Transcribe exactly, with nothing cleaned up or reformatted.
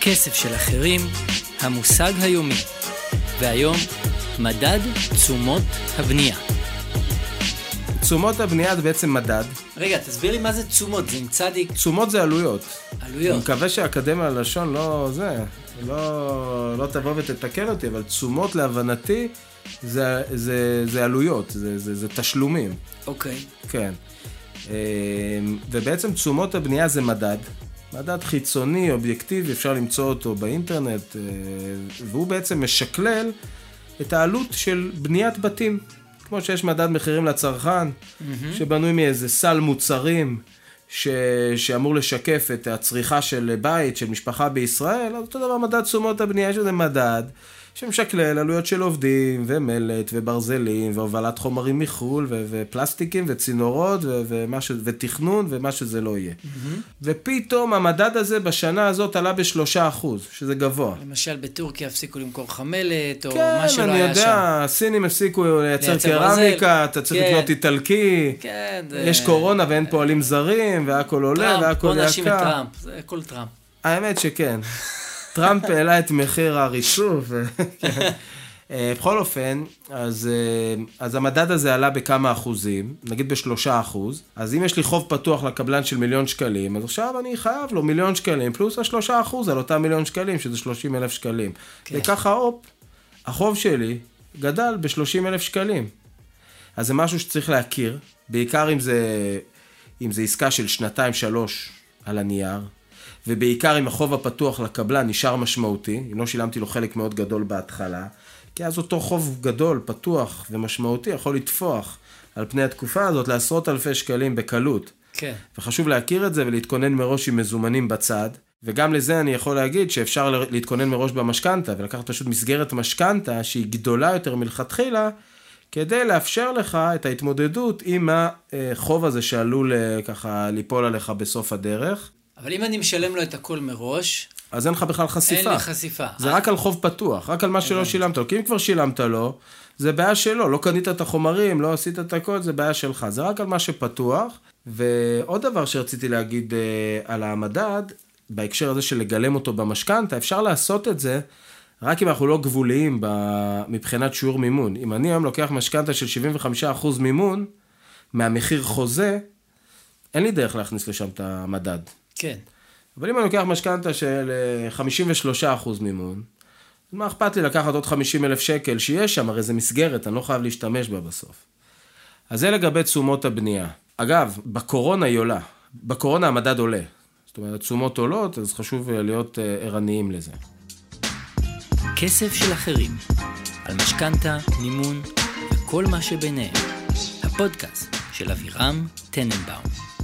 כסף של אחרים, המושג היומי. והיום, מדד תשומות הבנייה. תשומות הבנייה זה בעצם מדד. רגע, תסביר לי מה זה תשומות, זה עם צדיק. תשומות זה עלויות. עלויות. אני מקווה שהאקדמיה ללשון לא זה, לא, לא תבוא ותתקן אותי, אבל תשומות להבנתי זה, זה, זה עלויות, זה, זה, זה תשלומים. אוקיי. כן. ובעצם תשומות הבנייה זה מדד. מדד חיצוני, אובייקטיבי, אפשר למצוא אותו באינטרנט, והוא בעצם משקלל את העלות של בניית בתים. כמו שיש מדד מחירים לצרכן, mm-hmm. שבנוי מאיזה סל מוצרים, ש... שאמור לשקף את הצריכה של בית, של משפחה בישראל, אז אותו דבר מדד תשומות הבנייה, יש איזה מדד, שמשקלל עלויות של עובדים, ומלט, וברזלים, והובלת חומרים מחול, ו... ופלסטיקים, וצינורות, ו... ומש... ותכנון, ומה שזה לא יהיה. Mm-hmm. ופתאום המדד הזה בשנה הזאת עלה בשלושה אחוז, שזה גבוה. למשל בטורקיה הפסיקו למכור חמלת, או כן, מה שלא היה שם. כן, אני יודע, הסינים הפסיקו לייצר קרמיקה, אתה צריך כן. לקנות איטלקי, כן, זה... יש קורונה ואין פועלים זרים, והכל עולה, והכל יקר. בוא נאשים את טראמפ, זה הכל טראמפ. האמת שכן. טראמפ העלה את מחיר הרישוף. בכל אופן, אז, אז המדד הזה עלה בכמה אחוזים, נגיד בשלושה אחוז, אז אם יש לי חוב פתוח לקבלן של מיליון שקלים, אז עכשיו אני חייב לו מיליון שקלים, פלוס השלושה אחוז על אותם מיליון שקלים, שזה שלושים אלף שקלים. כן. וככה, הופ, החוב שלי גדל ב-שלושים אלף שקלים. אז זה משהו שצריך להכיר, בעיקר אם זה, אם זה עסקה של שנתיים, שלוש על הנייר, ובעיקר אם החוב הפתוח לקבלן נשאר משמעותי, אם לא שילמתי לו חלק מאוד גדול בהתחלה, כי אז אותו חוב גדול, פתוח ומשמעותי יכול לתפוח על פני התקופה הזאת לעשרות אלפי שקלים בקלות. כן. וחשוב להכיר את זה ולהתכונן מראש עם מזומנים בצד, וגם לזה אני יכול להגיד שאפשר להתכונן מראש במשכנתה, ולקחת פשוט מסגרת משכנתה שהיא גדולה יותר מלכתחילה, כדי לאפשר לך את ההתמודדות עם החוב הזה שעלול ככה ליפול עליך בסוף הדרך. אבל אם אני משלם לו את הכל מראש... אז אין לך בכלל חשיפה. אין לי חשיפה. זה רק על חוב פתוח, רק על מה שלא שילמת לו. כי אם כבר שילמת לו, זה בעיה שלו. לא קנית את החומרים, לא עשית את הכל, זה בעיה שלך. זה רק על מה שפתוח. ועוד דבר שרציתי להגיד על המדד, בהקשר הזה של לגלם אותו במשכנתה, אפשר לעשות את זה רק אם אנחנו לא גבוליים מבחינת שיעור מימון. אם אני היום לוקח משכנתה של שבעים וחמישה אחוז מימון, מהמחיר חוזה, אין לי דרך להכניס לשם את המדד. כן. אבל אם אני לוקח משכנתה של חמישים ושלושה אחוז מימון, מה אכפת לי לקחת עוד חמישים אלף שקל שיש שם, הרי זה מסגרת, אני לא חייב להשתמש בה בסוף. אז זה לגבי תשומות הבנייה. אגב, בקורונה היא עולה. בקורונה המדד עולה. זאת אומרת, תשומות עולות, אז חשוב להיות ערניים לזה. כסף של אחרים. על משכנתה, מימון וכל מה שביניהם. הפודקאסט של אבירם טננבאום.